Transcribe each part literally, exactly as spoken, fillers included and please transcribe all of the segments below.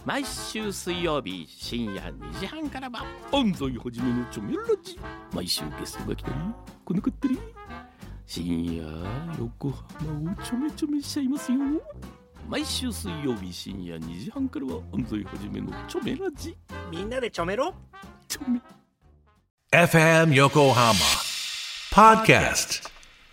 毎週水曜日深夜にじはんからは安西はじめのチョメラジ。毎週ゲストが来たり来なかったり、深夜横浜をちょめちょめしちゃいますよ。毎週水曜日深夜にじはんからは安西はじめのチョメラジ。 みんなでちょめろチョメエフエム 横浜 Podcast。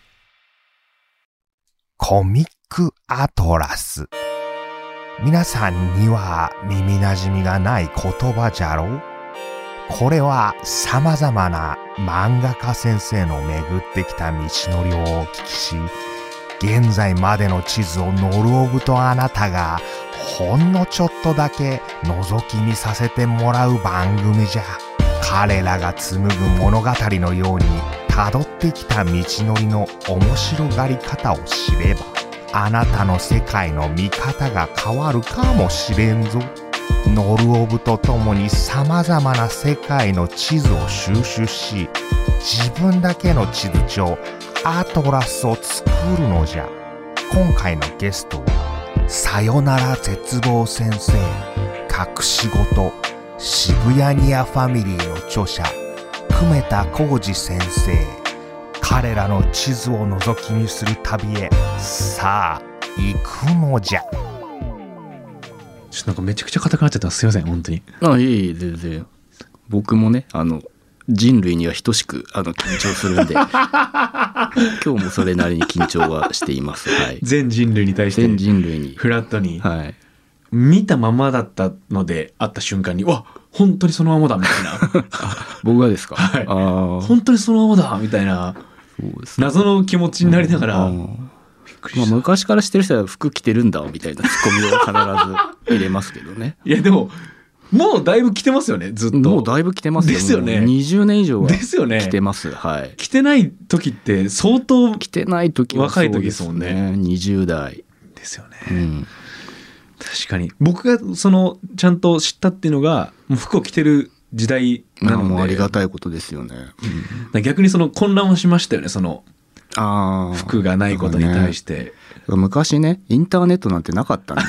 コミックアトラス。皆さんには耳なじみがない言葉じゃろう。これは様々な漫画家先生の巡ってきた道のりをお聞きし、現在までの地図をノルオブとあなたがほんのちょっとだけ覗き見させてもらう番組じゃ。彼らが紡ぐ物語のように辿ってきた道のりの面白がり方を知れば、あなたの世界の見方が変わるかもしれんぞ。ノルオブとともに様々な世界の地図を収集し、自分だけの地図帳アトラスを作るのじゃ。今回のゲストはさよなら絶望先生、隠し事渋谷ニアファミリーの著者久米田浩二先生。彼らの地図を覗き見する旅へさあ行くのじゃ。 ちょっとなんかめちゃくちゃ硬くなっちゃった。すいません本当に。 あ、いえいえ全然。僕もね、あの人類には等しくあの緊張するんで今日もそれなりに緊張はしています。はい、 全人類に対して全人類にフラットに、 はい、 見たままだったので会った瞬間に、わ本当にそのままだみたいな僕がですか、 はい、 あ本当にそのままだみたいなそうですね、 謎の気持ちになりながら、びっくりした。 まあ、昔から知ってる人は服着てるんだみたいなツッコミを必ず入れますけどねいやでももうだいぶ着てますよね。ずっともうだいぶ着てますよ。 ですよね。 もうにじゅうねん以上はですよね。 着てます。はい。 着てない時って相当着てない時は若い時ですもんね。 にじゅう代ですよね、 うん、 確かに僕がそのちゃんと知ったっていうのがもう服を着てる時代なので、 もうありがたいことですよね、 うん、逆にその混乱はしましたよね。そのあ服がないことに対して、 ね、昔ねインターネットなんてなかったんで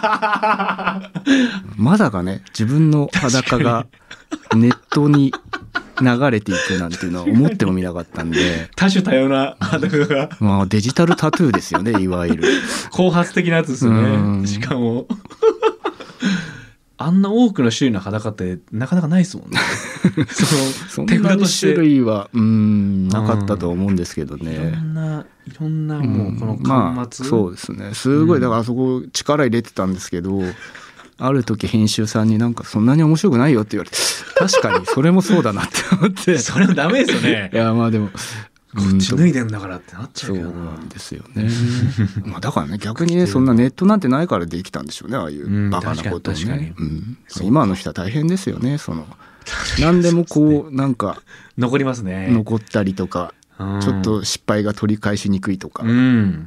まだがね自分の裸がネットに流れていくなんていうのは思ってもみなかったんで多種多様な裸が、 まあ、デジタルタトゥーですよねいわゆる後発的なやつですよね。しかもあんな多くの種類の裸ってなかなかないですもんねその手札として種類はうーんなかったと思うんですけどね。 いろんないろんなもうこの巻末、 まあ、そうですねすごいだからあそこ力入れてたんですけど、うん、ある時編集さんになんかそんなに面白くないよって言われて確かにそれもそうだなって思ってそれもダメですよねいやまあでもこっち脱いでんだからってなっちゃうけどな。 そうなんですよねまあだからね逆にねそんなネットなんてないからできたんでしょうねああいうバカなことをね、うん、今の人は大変ですよね。その何でもこうなんか残りますね。 残ったりとか、うん、ちょっと失敗が取り返しにくいとか、うん、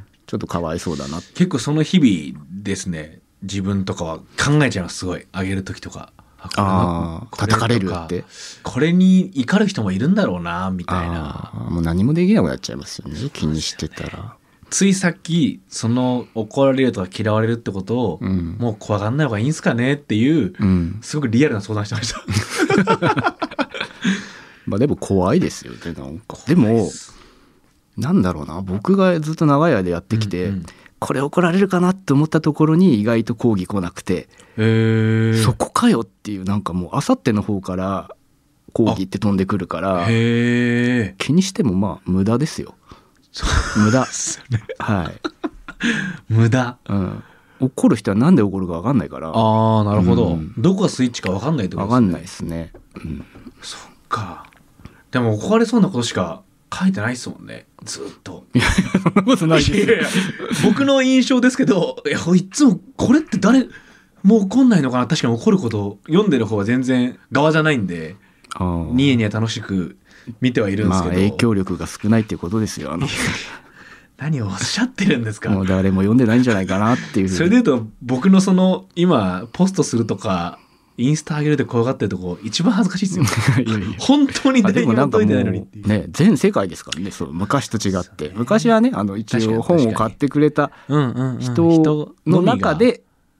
ちょっとかわいそうだな。 結構その日々ですね自分とかは考えちゃいます。すごい上げる時とかああ叩かれるってこれに怒る人もいるんだろうなみたいな。 もう何もできなくなっちゃいますよね気にしてたら。 ついさっきその怒られるとか嫌われるってことを、うん、もう怖がんない方がいいんすかねっていう、うん、すごくリアルな相談してましたまあでも怖いですよね。なんかでもなんだろうな僕がずっと長い間やってきて、うんうん、これ怒られるかなって思ったところに意外と抗議来なくて、 へーそこかよっていうなんかもうあさっての方から抗議って飛んでくるからへー気にしてもまあ無駄ですよ。無駄はい無駄、 うん、怒る人はなんで怒るか分かんないから。 ああなるほど、うん、どこがスイッチか分かんないってことですね。 分かんないですね、うん、 そっか。でも怒られそうなことしか書いてないですもんねずっと。いやそんなことないですよ。 いやいや僕の印象ですけどいやいつもこれって誰もう怒んないのかな。確かに怒ること読んでる方は全然側じゃないんでニヤニヤ楽しく見てはいるんですけど、 まあ、影響力が少ないっていうことですよ。あの何をおっしゃってるんですか。 もう誰も読んでないんじゃないかなっていう。 それでいうと僕のその今ポストするとかインスタ上げるで怖がってるとこ一番恥ずかしいですよいやいや本当に誰にも解いてないのにっていう、 ね、全世界ですからね。そう昔と違って昔はねあの一応本を買ってくれた人の中で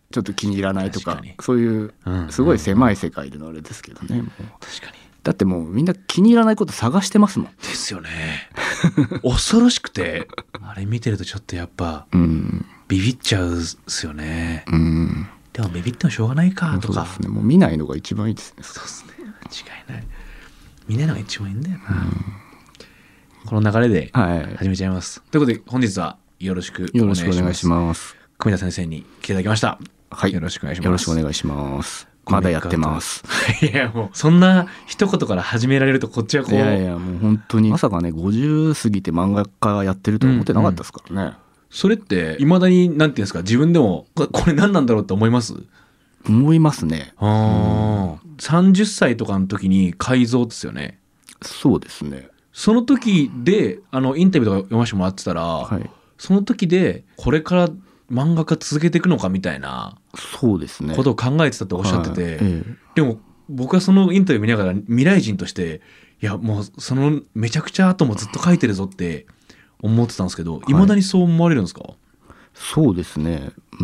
ちょっと気に入らないとか、 確かにそういうすごい狭い世界でのあれですけどね、もう確かに。 だってもうみんな気に入らないこと探してますもん。 ですよね。恐ろしくて、あれ見てるとちょっとやっぱ、 うん、 ビビっちゃうっすよね。 うん、 でもビビってもしょうがないかとか。 そうですね、もう見ないのが一番いいですね。 そうですね。間違いない。見ないのが一番いいんだよな。うん、この流れで始めちゃいます。はい、ということで本日はよろしくお願いします。よろしくお願いします。久米田先生に来ていただきました。はい。よろしくお願いします。 よろしくお願いします。まだやってます。 いやもうそんな一言から始められるとこっちはこう。 いやいやもう本当にまさかねごじゅう過ぎて漫画家やってると思ってなかったですからね。うんうん、 それっていまだになんていうんですか、自分でもこれ何なんだろうって思います？ 思いますね。 ああ、うん、さんじゅっさいとかの時に改造ですよね。 そうですね。 その時であのインタビューとか読ませてもらってたら、はい、その時でこれから漫画家続けていくのかみたいなそうですねことを考えてたっておっしゃってて、 はいええ、 でも僕はそのインタビュー見ながら未来人としていやもうそのめちゃくちゃ後もずっと書いてるぞって思ってたんですけど、いまだにそう思われるんですか？はい、 そうですね。うん、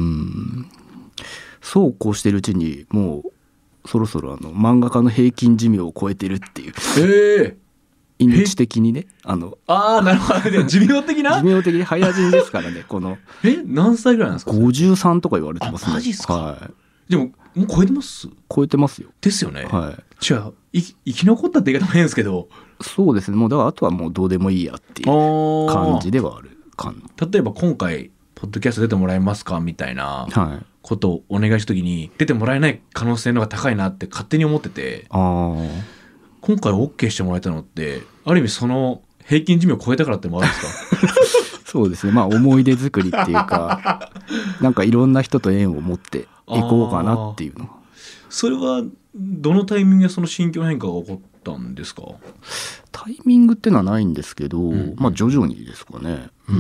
そうこうしてるうちにもうそろそろあの漫画家の平均寿命を超えてるっていう。 えー命的にね、あのああなるほど、寿命的な寿命的に早死にですからね。このえ何歳ぐらいなんですか？ ごじゅうさんとか言われてますね。 マジっすか？ はい、 でももう超えてます？ 超えてますよ。 ですよね。 はい。 じゃあ生き生き残ったって言い方も変ですけど。 そうですね。もうだからあとはもうどうでもいいやっていう感じではある感じ。 例えば今回ポッドキャスト出てもらえますかみたいなことをお願いした時に出てもらえない可能性の方が高いなって勝手に思ってて、 ああ。 今回 OK してもらえたのってある意味その平均寿命を超えたからってもあるんですか？ そうですね。まあ思い出作りっていうかなんかいろんな人と縁を持っていこうかなっていうの。 それはどのタイミングでその心境変化が起こったんですか？ タイミングってのはないんですけど、うん、まあ徐々にですかね。うんうん、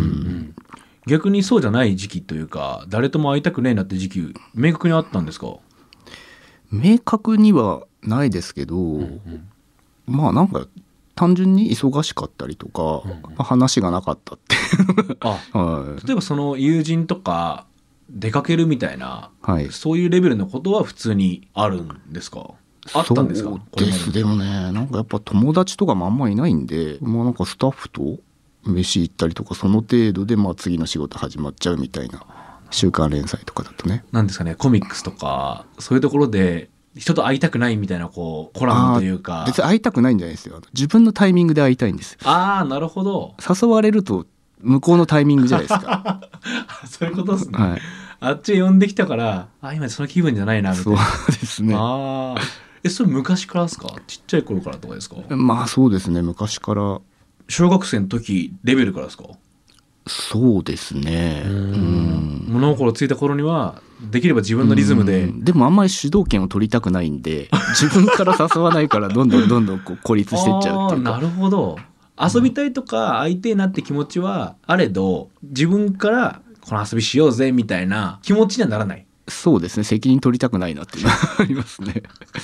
逆にそうじゃない時期というか誰とも会いたくねえなって時期明確にあったんですか？ 明確にはないですけど、うんうん、まあなんか単純に忙しかったりとか、うんうんまあ、話がなかったってあ、はい、例えばその友人とか出かけるみたいな、 はい、 そういうレベルのことは普通にあるんですか？あったんですか？ そうですでもねなんかやっぱ友達とかもあんまいないんで、まあ、なんかスタッフと飯行ったりとかその程度でまあ次の仕事始まっちゃうみたいな週刊連載とかだとね。 なんですかねコミックスとかそういうところで人と会いたくないみたいなこうコラムというか。 別に会いたくないんじゃないですよ。自分のタイミングで会いたいんですよ。 ああなるほど。 誘われると向こうのタイミングじゃないですか。 そういうことですね、 はい、 あっち呼んできたからあ今その気分じゃないなみたいな。 そうですね。 あえそれ昔からですか？ちっちゃい頃からとかですか？ まあそうですね昔から。 小学生の時レベルからですか？ そうですね。うん、 物心ついた頃にはできれば自分のリズムで。 でもあんまり主導権を取りたくないんで自分から誘わないからどんどんどんどんこう孤立していっちゃうっていうか。 なるほど。遊びたいとか会いたいなって気持ちはあれど自分からこの遊びしようぜみたいな気持ちにはならない。 そうですね責任取りたくないなっていうのはありますね。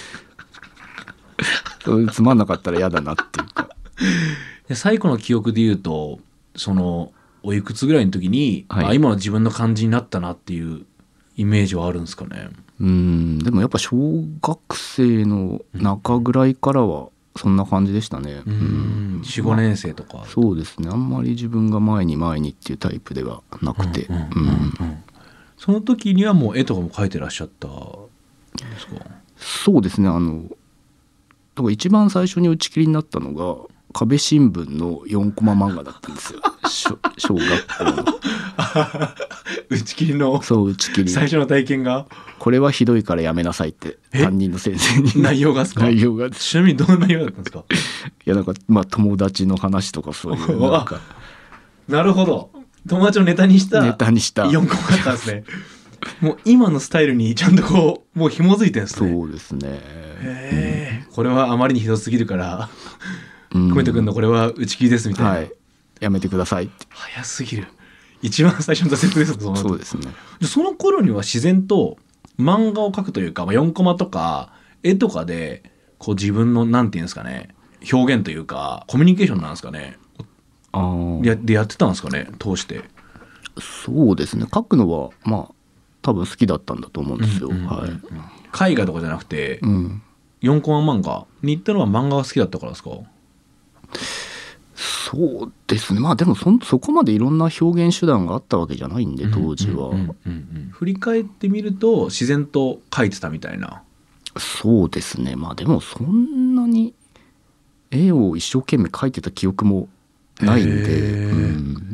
そうつまんなかったら嫌だなっていうか。 最後の記憶で言うとそのおいくつぐらいの時に、はい、あ今の自分の感じになったなっていうイメージはあるんですかね？ うんでもやっぱ小学生の中ぐらいからはそんな感じでしたね。 うん よん,ご 年生とか、まあ、 そうですねあんまり自分が前に前にっていうタイプではなくて、 その時にはもう絵とかも描いてらっしゃったんですか？ そうですねあのだから一番最初に打ち切りになったのが壁新聞のよんコマ漫画だったんですよ。小学校の打ち切りのそう打ち切り最初の体験がこれはひどいからやめなさいって担任の先生に内容がですか？ 内容がちなみにどんな内容だったんですか？ いやなんかまあ友達の話とかそういうなんかなるほど友達をネタにしたネタにしたよんコマだったんですね。もう今のスタイルにちゃんとこうもう紐づいてるんですね。 そうですね。 へーこれはあまりにひどすぎるから久米田君のこれは打ち切りですみたいな、はい、 やめてくださいって早すぎる一番最初の挫折ですそのそうですね。 その頃には自然と漫画を描くというか、まあ、よんコマとか絵とかでこう自分のなんていうんですかね表現というかコミュニケーションなんですかねあやでやってたんですかね通して。 そうですね描くのはまあ多分好きだったんだと思うんですよ、 うんうんうんはい、 絵画とかじゃなくて、 うん、 よんコマ漫画に行ったのは漫画が好きだったからですか？ そうですね。まあでも そ, そこまでいろんな表現手段があったわけじゃないんで当時は、 うんうんうんうん、振り返ってみると自然と描いてたみたいな。 そうですね。まあでもそんなに絵を一生懸命描いてた記憶もないんで、うん、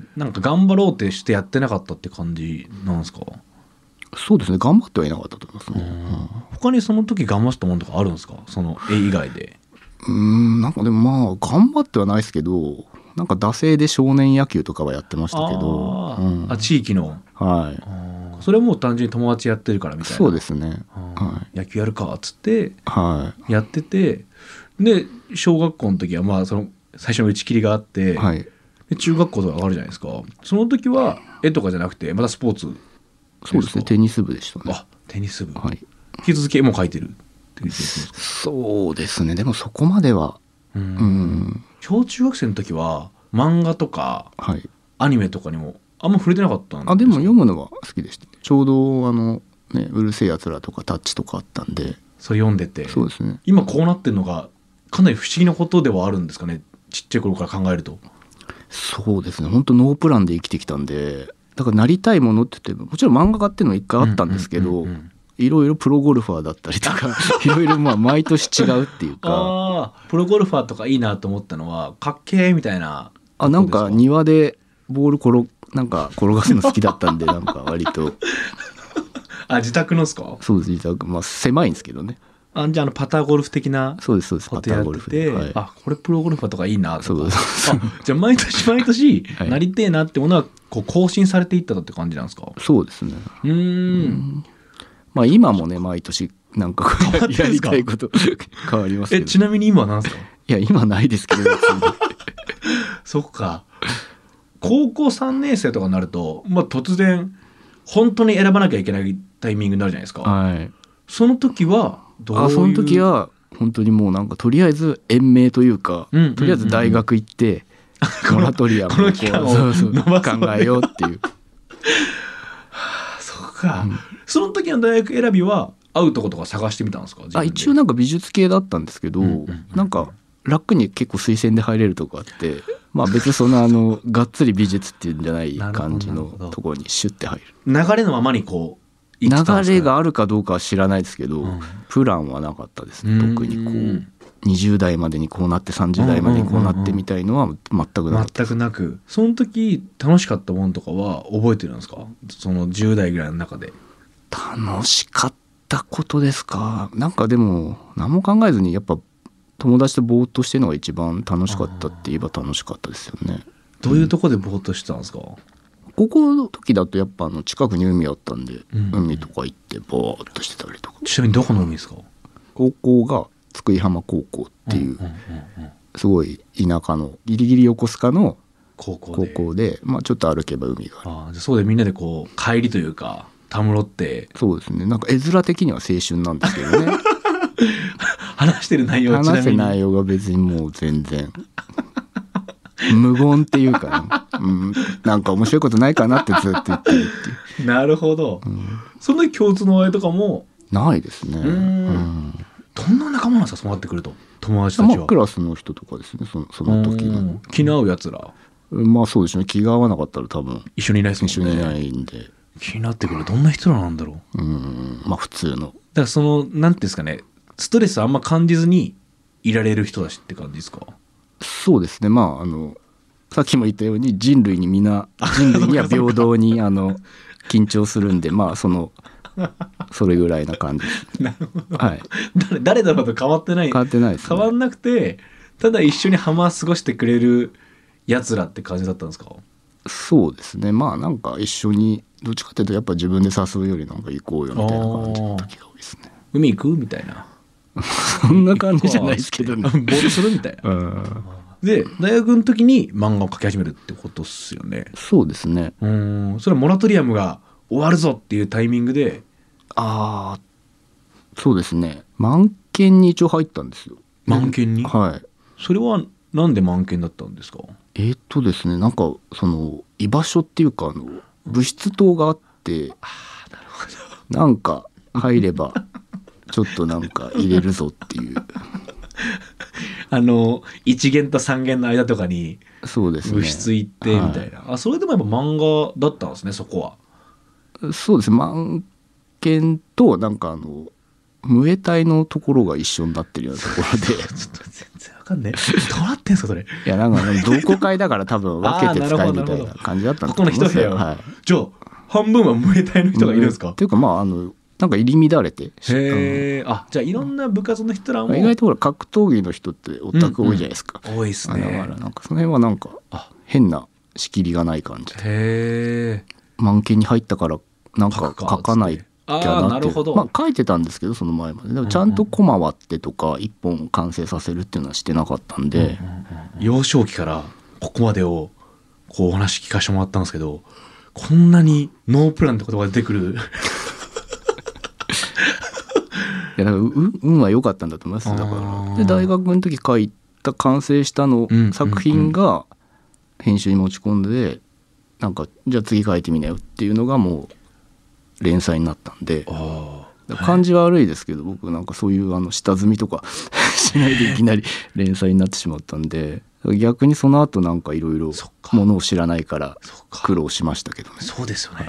なんか頑張ろうってしてやってなかったって感じなんですか？ そうですね。頑張ってはいなかったと思いますね、うん、 他にその時頑張ったものとかあるんですか？その絵以外で。 うーん、なんかでもまあ頑張ってはないですけど、なんか惰性で少年野球とかはやってましたけど、 あ、 うん、 あ地域の、 はい、 あそれはもう単純に友達やってるからみたいな。 そうですね、はい、 野球やるかっつってはやってて、で小学校の時はまあその最初の打ち切りがあって、 はい、 で中学校とか上がるじゃないですか。その時は絵とかじゃなくてまたスポーツ。 そうですね、テニス部でしたね。 あ、テニス部、 はい、 引き続き絵も描いてるって言ってるんですか？ そうですね。でもそこまではうん、 うん、 小中学生の時は漫画とか、はい、アニメとかにもあんま触れてなかったんですか？ あでも読むのは好きでした。ちょうどあの、ね、うるせえやつらとかタッチとかあったんでそれ読んでて。 そうですね。 今こうなってるのがかなり不思議なことではあるんですかね、ちっちゃい頃から考えると。 そうですね。本当ノープランで生きてきたんで、だからなりたいものって言ってもちろん漫画家っていうのは一回あったんですけど、うんうんうんうん、いろいろプロゴルファーだったりとかいろいろまあ毎年違うっていうかあプロゴルファーとかいいなと思ったのはかっけーみたいな。 あなんか庭でボール転なんか転がすの好きだったんでなんか割とあ自宅のですか？そうです自宅、まあ狭いんですけどね。 あじゃあ、あのパターゴルフ的なそうですそうですパターゴルフで、はい、 あこれプロゴルファーとかいいなとか。 そうですそうですあじゃあ毎年毎年なりてえなってものはこう更新されていったって感じなんですか？ そうですね。 うーんまあ今もね毎年なんかやりたいこと変わりますけど。 えちなみに今は何ですか？ いや今ないですけどそっか。高校さんねん生とかになると、まあ、突然本当に選ばなきゃいけないタイミングになるじゃないですか、 はい、 その時はどういう。 あその時は本当にもうなんかとりあえず延命というか、うんうんうんうん、とりあえず大学行ってモラトリアムをこうそうそう考えようっていうはあ、そうか、うん、その時の大学選びは会うとことか探してみたんですか？ あ一応なんか美術系だったんですけど、うんうんうん、なんか楽に結構推薦で入れるとこあってまあ別にそのあのがっつり美術っていうんじゃない感じのところにシュッて入る。 流れのままにこう流れがあるかどうかは知らないですけど、うん、プランはなかったですね。特にこうにじゅう代までにこうなってさんじゅう代までにこうなってみたいのは全くなかった。 全くなく。その時楽しかったもんとかは覚えてるんですか？そのじゅう代ぐらいの中で。 楽しかったことですか。なんかでも何も考えずにやっぱ友達とぼーっとしてるのが一番楽しかったって言えば楽しかったですよね。 どういうとこでぼーっとしてたんですか？うん、 高校の時だとやっぱあの近くに海あったんで、うん、海とか行ってぼーっとしてたりとか。 ちなみにどこの海ですか？ 高校が津久井浜高校っていうすごい田舎のギリギリ横須賀の高校 で, 高校でまあ、ちょっと歩けば海がある。 あじゃあそうでみんなでこう帰りというかたむろって。 そうですね。なんか絵面的には青春なんですけどね話してる内容はちなみに話してる内容が別にもう全然無言っていうか、ねうん、なんか面白いことないかなってずっと言ってるっていう。 なるほど、うん、その時共通の話題とかもないですね。うん、うんどんな仲間なんですか？そうなってくると友達たちは、 まあ、クラスの人とかですね。 そ, その時の気の合うやつら。 まあそうですね。気が合わなかったら多分一緒にいないですもんね。 一緒にいないんで気になってくる。どんな人らなんだろう。うんまあ普通の。だからそのなんていうんですかね、ストレスあんま感じずにいられる人だしって感じですか？ そうですね。まああのさっきも言ったように人類にみんな人類には平等にあの緊張するんでまあそのそれぐらいな感じなるほど、 はい、 誰, 誰だろうと変わってない。 変わってないですね。 変わんなくてただ一緒に浜過ごしてくれるやつらって感じだったんですか？ そうですね。まあなんか一緒にどっちかというとやっぱ自分で誘うよりなんか行こうよみたいな感じの時が多いですね。 海行くみたいなそんな感じじゃないですけどね。 ボールするみたいなで大学の時に漫画を描き始めるってことっすよね。 そうですね。 うんそれはモラトリアムが終わるぞっていうタイミングで。 ああそうですね。満研に一応入ったんですよ。 満研に？ はい。 それはなんで満研だったんですか？ えー、っとですねなんかその居場所っていうかあの物質棟があって、 ああなるほどなんか入ればちょっとなんか入れるぞっていうあのいち限とさん限の間とかにそうですね部室行ってみたいな、はい、あそれでもやっぱ漫画だったんですねそこは。 そうですね漫研となんかあのムエタイのところが一緒になってるようなところでちょっと全然わかんないどうなってんすかそれ。 いやなんか同好会だから多分分けて使えみたいな感じだったんだと思うんですよ。 ここの一部屋、はい、じゃあ半分はムエタイの人がいるんですか。 っていうかまああのなんか入り乱れて。 へえ、うん。あじゃあいろんな部活の人らも。 意外とほら格闘技の人ってオタク多いじゃないですか。 うんうん、多いですね。 だからなんかその辺はなんか変な仕切りがない感じで。へえ。 満研に入ったからなんか書かないきゃなっていう。 あなるほど。 まあ書いてたんですけどその前まで。でもちゃんとコマ割ってとか一本完成させるっていうのはしてなかったんで。うんうんうん、 幼少期からここまでをこうお話聞かせてもらったんですけど、こんなにノープランってことが出てくる。 いやだから運は良かったんだと思います。だからで大学の時書いた完成したの、うんうんうん、作品が編集に持ち込んでなんかじゃあ次書いてみなよっていうのがもう連載になったんで感じは悪いですけど僕なんかそういうあの下積みとかしないでいきなり連載になってしまったんで逆にその後なんかいろいろものを知らないから苦労しましたけどね。 そうですよね、はい。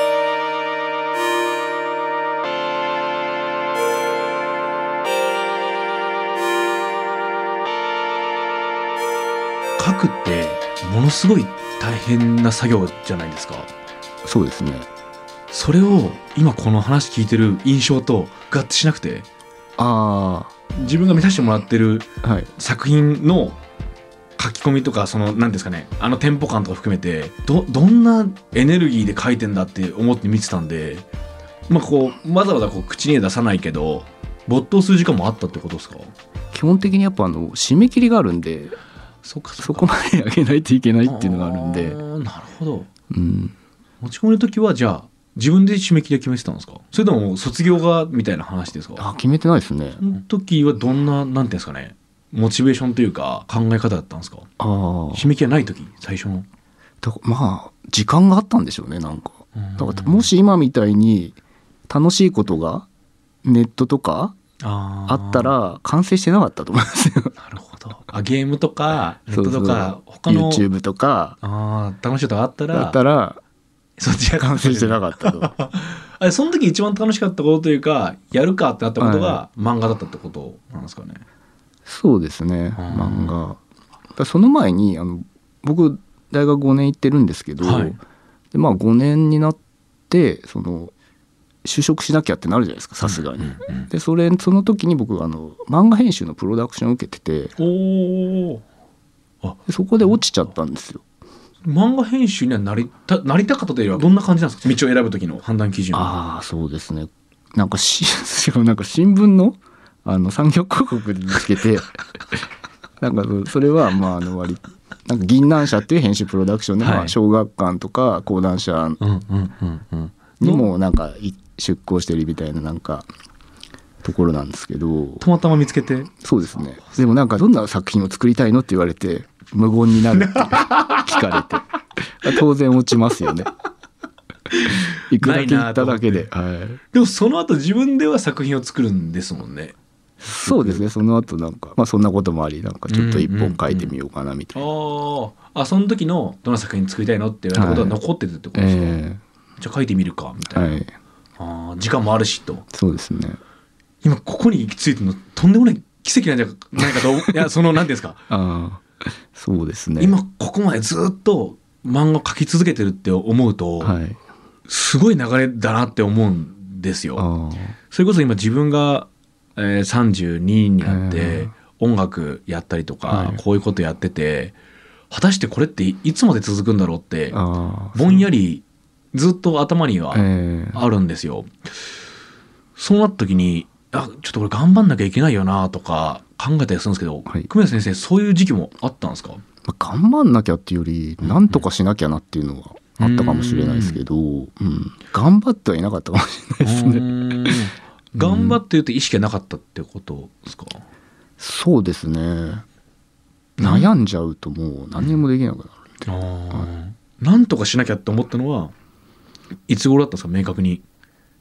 書くってものすごい大変な作業じゃないですか。 そうですね。 それを今この話聞いてる印象と合致しなくて、 あ自分が見させてもらってる作品の書き込みとかその何ですかねあのテンポ感とか含めて ど, どんなエネルギーで書いてんだって思って見てたんで、まあこうわざわざこう口に出さないけど没頭する時間もあったってことですか。 基本的にやっぱあの締め切りがあるんで。 そ, かそ, そこまで上げないといけないっていうのがあるんで。 なるほど、 うん、 持ち込む時はじゃあ自分で締め切りを決めてたんですか。それとも卒業がみたいな話ですか。 あ決めてないですね。 その時はどんななんていうんですかねモチベーションというか考え方だったんですか。 あ締め切りはない時最初のだまあ時間があったんでしょうね。なんかだからもし今みたいに楽しいことがネットとかあったら完成してなかったと思いますよ。 なるほど。あゲームとかネットとか他の YouTube とかあ楽しいことがあったらだったらそっちが完成してなかったと。 あれその時一番楽しかったことというかやるかってなったことが漫画だったってことなんですかね。 そうですね漫画。だその前にあの僕大学ごねん行ってるんですけど、はい、でまあごねんになってその就職しなきゃってなるじゃないですかさすがに、うんうんうん、でそれその時に僕あの漫画編集のプロダクションを受けてておあでそこで落ちちゃったんですよ。 漫画編集にはなり た, なりたかったというよりはどんな感じなんですか道を選ぶ時の判断基準。 ああそうですねなんかしなんか新聞のあの産業広告で見つけてなんかそれはまああの割なんか銀杏社っていう編集プロダクションで、はいまあ、小学館とか講談社にもなんか出向してるみたいななんかところなんですけどたまたま見つけて。 そうですね。でもなんかどんな作品を作りたいのって言われて無言になるって聞かれて当然落ちますよね。行くだけ行っただけで、はい、 でもその後自分では作品を作るんですもんね。 そうですねその後なんかまあそんなこともありなんかちょっと一本書いてみようかなみたいな、 うんうんうん、ああその時のどの作品作りたいのって言われたことが残ってるってことですか、はいえー、じゃあ書いてみるかみたいな、はい、あ時間もあるしと。 そうですね今ここに行き着いてるのとんでもない奇跡なんじゃないかといやその何ですかあそうですね今ここまでずっと漫画を描き続けてるって思うと、はい、すごい流れだなって思うんですよ。それこそ今自分が、えー、さんじゅうにになって音楽やったりとか、はい、こういうことやってて果たしてこれっていつまで続くんだろうってぼんやりずっと頭にはあるんですよ。そうなった時にあちょっとこれ頑張んなきゃいけないよなとか考えたりするんですけど、はい、久米田先生そういう時期もあったんですか。 頑張んなきゃっていうより何とかしなきゃなっていうのはあったかもしれないですけど、うんうん、頑張ってはいなかったかもしれないですね。 頑張って言うと意識がなかったってことですか。 そうですね悩んじゃうともう何にもできなくなるみたいな、はい、 なんとかしなきゃって思ったのはいつ頃だったんですか明確に。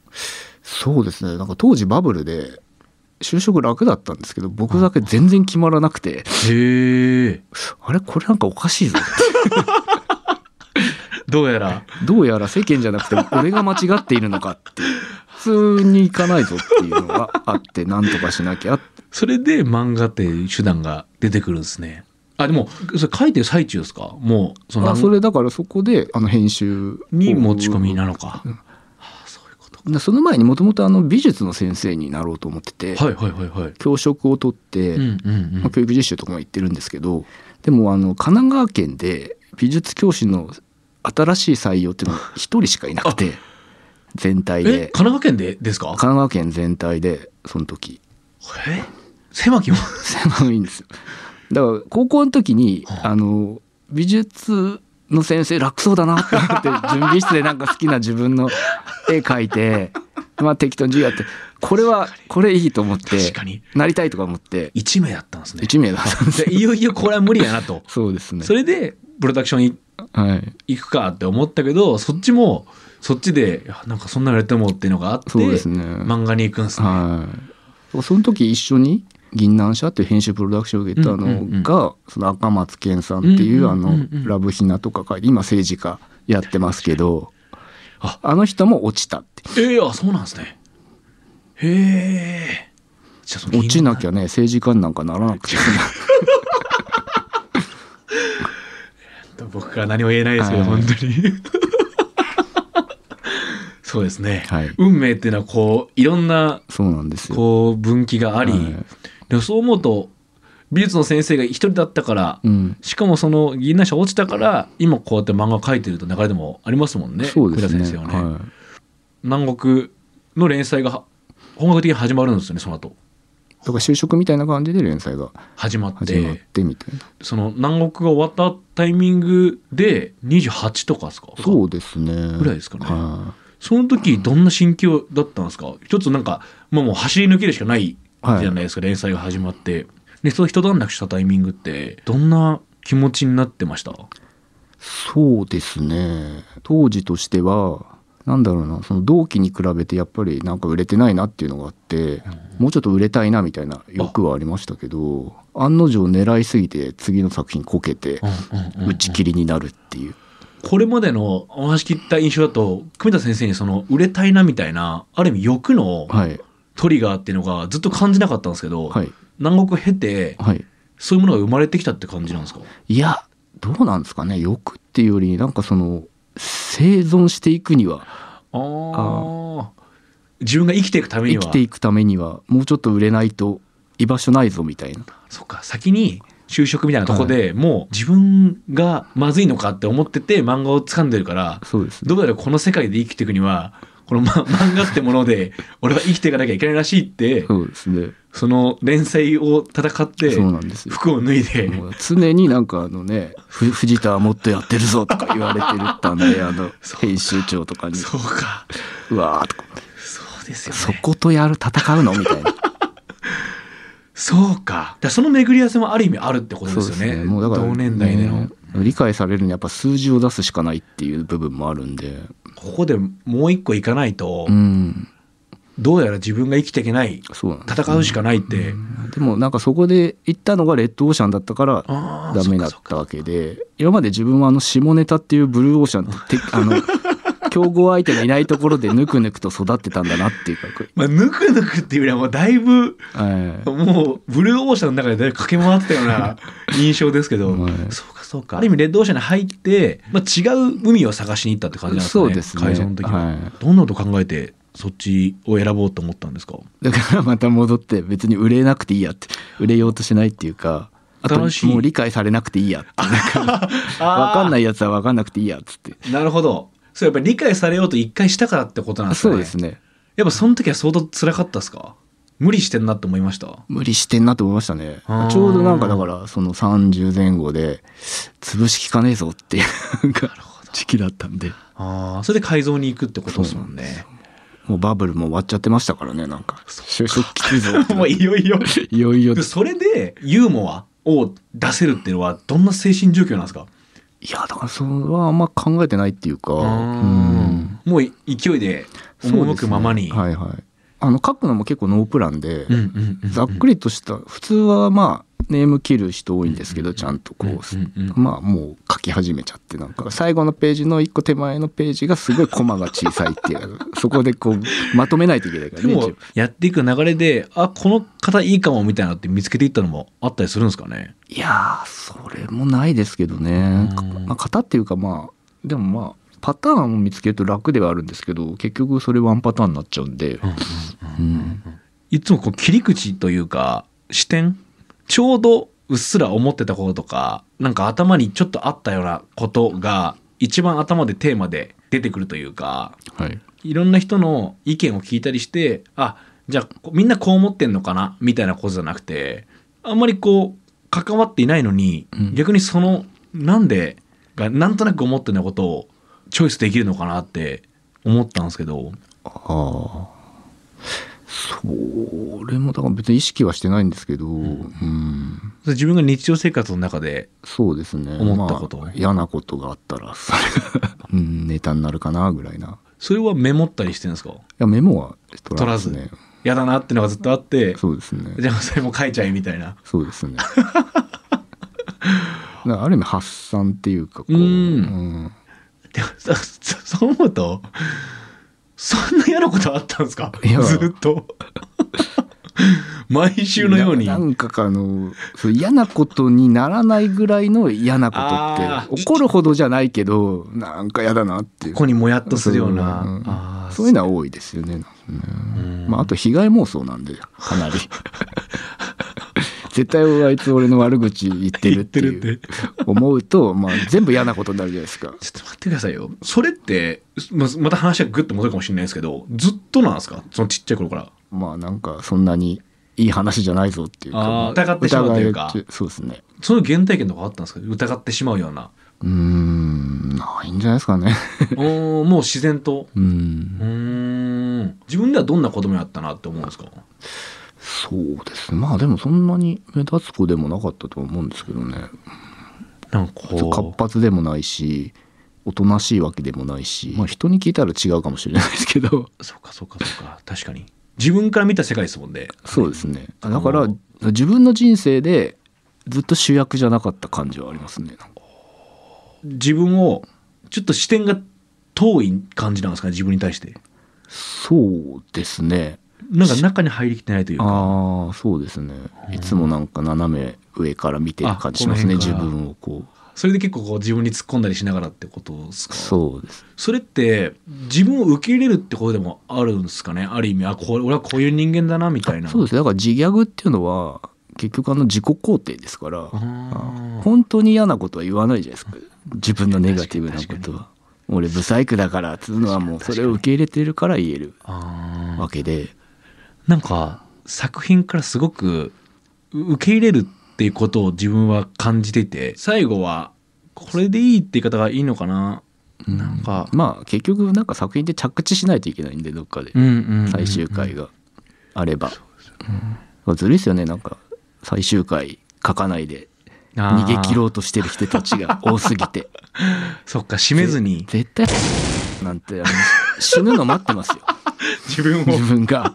そうですね。なんか当時バブルで就職楽だったんですけど、僕だけ全然決まらなくて、 へえ。 あれこれなんかおかしいぞってどうやらどうやら世間じゃなくて俺が間違っているのかって普通にいかないぞっていうのがあって、なんとかしなきゃって。 それで漫画っていう手段が出てくるんですね。あ、でもそれ書いてる最中ですか？もうそのあそれだからそこであの編集に持ち込みなのか、うん、はあ、そういうこと。 その前にもともと美術の先生になろうと思ってて、 はいはいはいはい、 教職を取って、 うんうんうん、 まあ、教育実習とかも行ってるんですけど、でもあの神奈川県で美術教師の新しい採用っていうのが一人しかいなくて全体で。 え神奈川県でですか？ 神奈川県全体でその時。 え狭きも狭いんですよ。だから高校の時にあの美術の先生楽そうだなって思って準備室でなんか好きな自分の絵描いてまあ適当に授業やってこれはこれいいと思ってなりたいとか思っていち名だったんですね。 いち名だったんです。 いよいよこれは無理やなとそうですね。 それでプロダクションに行くかって思ったけど、そっちもそっちでなんかそんなのやってもっていうのがあって、 そうですね、 漫画に行くんですね。 はい、その時一緒に銀杏社っていう編集プロダクションを受けたのが、うんうんうん、その赤松健さんっていう、うんうんうんうん、あのラブヒナとか書いて今政治家やってますけど、あ, あの人も落ちたって。 ええー、あ、そうなんですね。へえ。 落ちなきゃね政治家になんかならなくて僕から何も言えないですけど、はい、本当にそうですね、はい、運命っていうのはこういろんなそうなんですよこう分岐があり、はい、でそう思うと美術の先生が一人だったから、うん、しかもその銀杏社落ちたから今こうやって漫画描いてると流れでもありますもんね。 そうですね、 先生はね、はい、南国の連載が本格的に始まるんですよね。その後だから就職みたいな感じで連載が始まって始まってみたいな。 その南国が終わったタイミングでにじゅうはちとかですか？ そうですねぐらいですかね、 はい。その時どんな心境だったんですか？一つなんか、まあ、もう走り抜けるしかないじゃないですか、はい、連載が始まってでその一段落したタイミングってどんな気持ちになってました？ そうですね、当時としてはなんだろうな、その同期に比べてやっぱりなんか売れてないなっていうのがあって、うん、もうちょっと売れたいなみたいな欲はありましたけど、案の定狙いすぎて次の作品こけて打ち切りになるっていう、 これまでのお話聞いた印象だと久米田先生にその売れたいなみたいなある意味欲のトリガーっていうのがずっと感じなかったんですけど、はい、南国経て、はい、そういうものが生まれてきたって感じなんですか？ いやどうなんですかね、欲っていうよりなんかその生存していくにはああ自分が生きていくためには生きていくためにはもうちょっと売れないと居場所ないぞみたいな。 そっか、先に就職みたいなとこで、はい、もう自分がまずいのかって思ってて漫画を掴んでるから、 そうですね、 どうやらこの世界で生きていくにはこの、ま、漫画ってもので俺は生きていかなきゃいけないらしいってそうですね、 その連載を戦って服を脱いでもう常になんかあのね藤田はもっとやってるぞとか言われてるったんであの編集長とかにそうかうわーとかそうですよね、 そことやる戦うのみたいなそうか、だその巡り合わせもある意味あるってことですよ ね, ねもうだから同年代での、 ね、理解されるにはやっぱ数字を出すしかないっていう部分もあるんで、 ここでもう一個いかないと、 うん、 どうやら自分が生きていけない、戦うしかないって、 うん、でもなんかそこで行ったのがレッドオーシャンだったからダメだったわけで、今まで自分はあの下ネタっていうブルーオーシャンってあの競合相手がいないところでぬくぬくと育ってたんだなっていうか、 まあ、ぬくぬくっていうよりはもうだいぶ、はい、もうブルーオーシャンの中でだいぶ駆け回ってたような印象ですけど、はい、そうかそうか、ある意味レッドオーシャンに入って、まあ、違う海を探しに行ったって感じなんですかね。 そうですね、 会社の時は、はい、どんなこと考えてそっちを選ぼうと思ったんですか？ だからまた戻って別に売れなくていいやって、売れようとしないっていうか、あともう理解されなくていいやって分かんないやつは分かんなくていいやっつって。 なるほど、そうやっぱり理解されようと一回したからってことなんですかね。 そうですね。 やっぱその時は相当辛かったですか？無理してんなって思いました？ 無理してんなって思いましたね。ちょうどなんかだからそのさんじゅうぜん後で潰しきかねえぞっていう時期だったんで、 あそれで改造に行くってことですもんね。 もうバブルも終わっちゃってましたからね。なんか就職きついぞもういよいよいよいよ。 それでユーモアを出せるっていうのはどんな精神状況なんですか？ いやだからそれはあんま考えてないっていうか、うん、 もう勢いで赴くままに、 ね、はいはいあの書くのも結構ノープランで、ざっくりとした普通はまあネーム切る人多いんですけど、ちゃんとこうまあもう書き始めちゃって、なんか最後のページの一個手前のページがすごいコマが小さいっていうそこでこうまとめないといけないからね。 でもやっていく流れであこの方いいかもみたいなのって見つけていったのもあったりするんですかね。 いやーそれもないですけどね、まあ、型っていうかまあでもまあパターンを見つけると楽ではあるんですけど、結局それワンパターンになっちゃうんで、 いつもこう切り口というか視点、ちょうどうっすら思ってたこととかなんか頭にちょっとあったようなことが一番頭でテーマで出てくるというか、はい、いろんな人の意見を聞いたりして、あじゃあみんなこう思ってんのかなみたいなことじゃなくて、あんまりこう関わっていないのに、うん、逆にそのなんでがなんとなく思ってることをチョイスできるのかなって思ったんですけど。ああ、 それもだから別に意識はしてないんですけど、うんうん、 自分が日常生活の中でそうですね思ったこと、 まあ、嫌なことがあったらそれが、うん、ネタになるかなぐらいな。 それはメモったりしてるんですか。いやメモは取らずね。 嫌だなってのがずっとあって、 そうですね。 じゃあそれも書いちゃえみたいな。 そうですね。だからある意味発散っていうかこう、うん、うんでもそそう思うとそんな嫌なことあったんですか。ずっと毎週のようにな, なんかあのそう嫌なことにならないぐらいの嫌なことって起こるほどじゃないけどなんか嫌だなっていう、 ここにもやっとするような、 うん、あそういうのは多いですよね。まあ、あと被害妄想なんでかなり絶対あいつ俺の悪口言ってるっていう思うと、まあ、全部嫌なことになるじゃないですか。 ちょっと待ってくださいよ。それってまた話はグッと戻るかもしれないですけど、ずっとなんですか、そのちっちゃい頃から。 まあなんかそんなにいい話じゃないぞっていうか、 あ疑ってしまうというか。 そうですね。 そういう原体験とかあったんですか、疑ってしまうような。 うーんないんじゃないですかねおもう自然とうーん自分ではどんな子供やったなって思うんですか。 そうですね、まあでもそんなに目立つ子でもなかったと思うんですけどね。 なんかこう活発でもないしおとなしいわけでもないし、まあ、人に聞いたら違うかもしれないですけどそうかそうかそうか、確かに自分から見た世界ですもんね。 そうですね。だから自分の人生でずっと主役じゃなかった感じはありますね。 自分をちょっと視点が遠い感じなんですかね、自分に対して。 そうですね。 なんか中に入りきってないというか。 ああそうですね。いつもなんか斜め上から見てる感じしますね、自分をこう。 それで結構こう自分に突っ込んだりしながらってことですか。 そうです。 それって自分を受け入れるってことでもあるんですかね、ある意味。あこれ俺はこういう人間だなみたいな。 そうです。だから自ギャグっていうのは結局あの自己肯定ですから、本当に嫌なことは言わないじゃないですか、自分のネガティブなことは。俺ブサイクだからっつうのはもうそれを受け入れてるから言えるわけで、 なんか作品からすごく受け入れるっていうことを自分は感じていて、最後はこれでいいって言い方がいいのかな、うん、なんかまあ結局なんか作品って着地しないといけないんで、どっかで最終回があれば、うん、ずるいですよね。なんか最終回書かないで逃げ切ろうとしてる人たちが多すぎてそっか締めずに絶対なんて死ぬの待ってますよ自分を自分が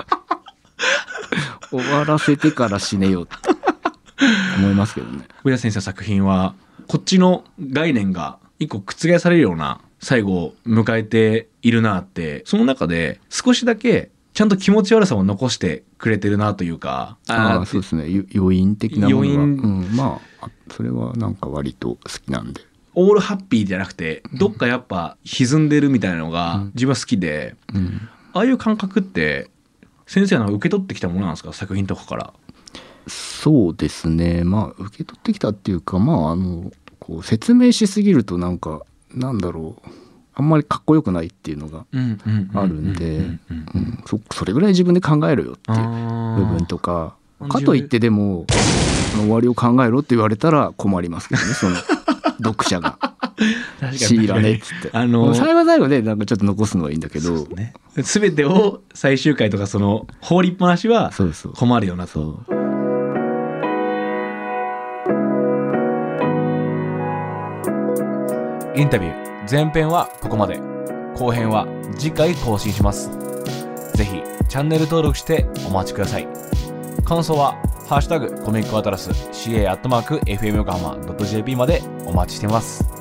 終わらせてから死ねよって思いますけどね。 上田先生の作品はこっちの概念が一個覆されるような最後を迎えているなって、その中で少しだけちゃんと気持ち悪さを残してくれてるなというか。 ああそうですね、余韻的なものが、うん、まあそれはなんか割と好きなんで。 オールハッピーじゃなくてどっかやっぱ歪んでるみたいなのが自分は好きで、うんうん、ああいう感覚って先生は受け取ってきたものなんですか、作品とかから。 そうですね、まあ受け取ってきたっていうか、まああのこう説明しすぎるとなんかなんだろう、あんまりかっこよくないっていうのがあるんで、それぐらい自分で考えろよっていう部分とか、かといってでも終わりを考えろって言われたら困りますけどね、その読者がシーラねっつって、あのー、最後最後でなんかちょっと残すのはいいんだけど、 ね、全てを最終回とかその放りっぱなしは困るよなと。そうそうインタビュー前編はここまで。後編は次回更新します。ぜひチャンネル登録してお待ちください。感想はハッシュタグコミックアトラス シーエー アットマーク エフエム 横浜 ドット ジェーピー までお待ちしています。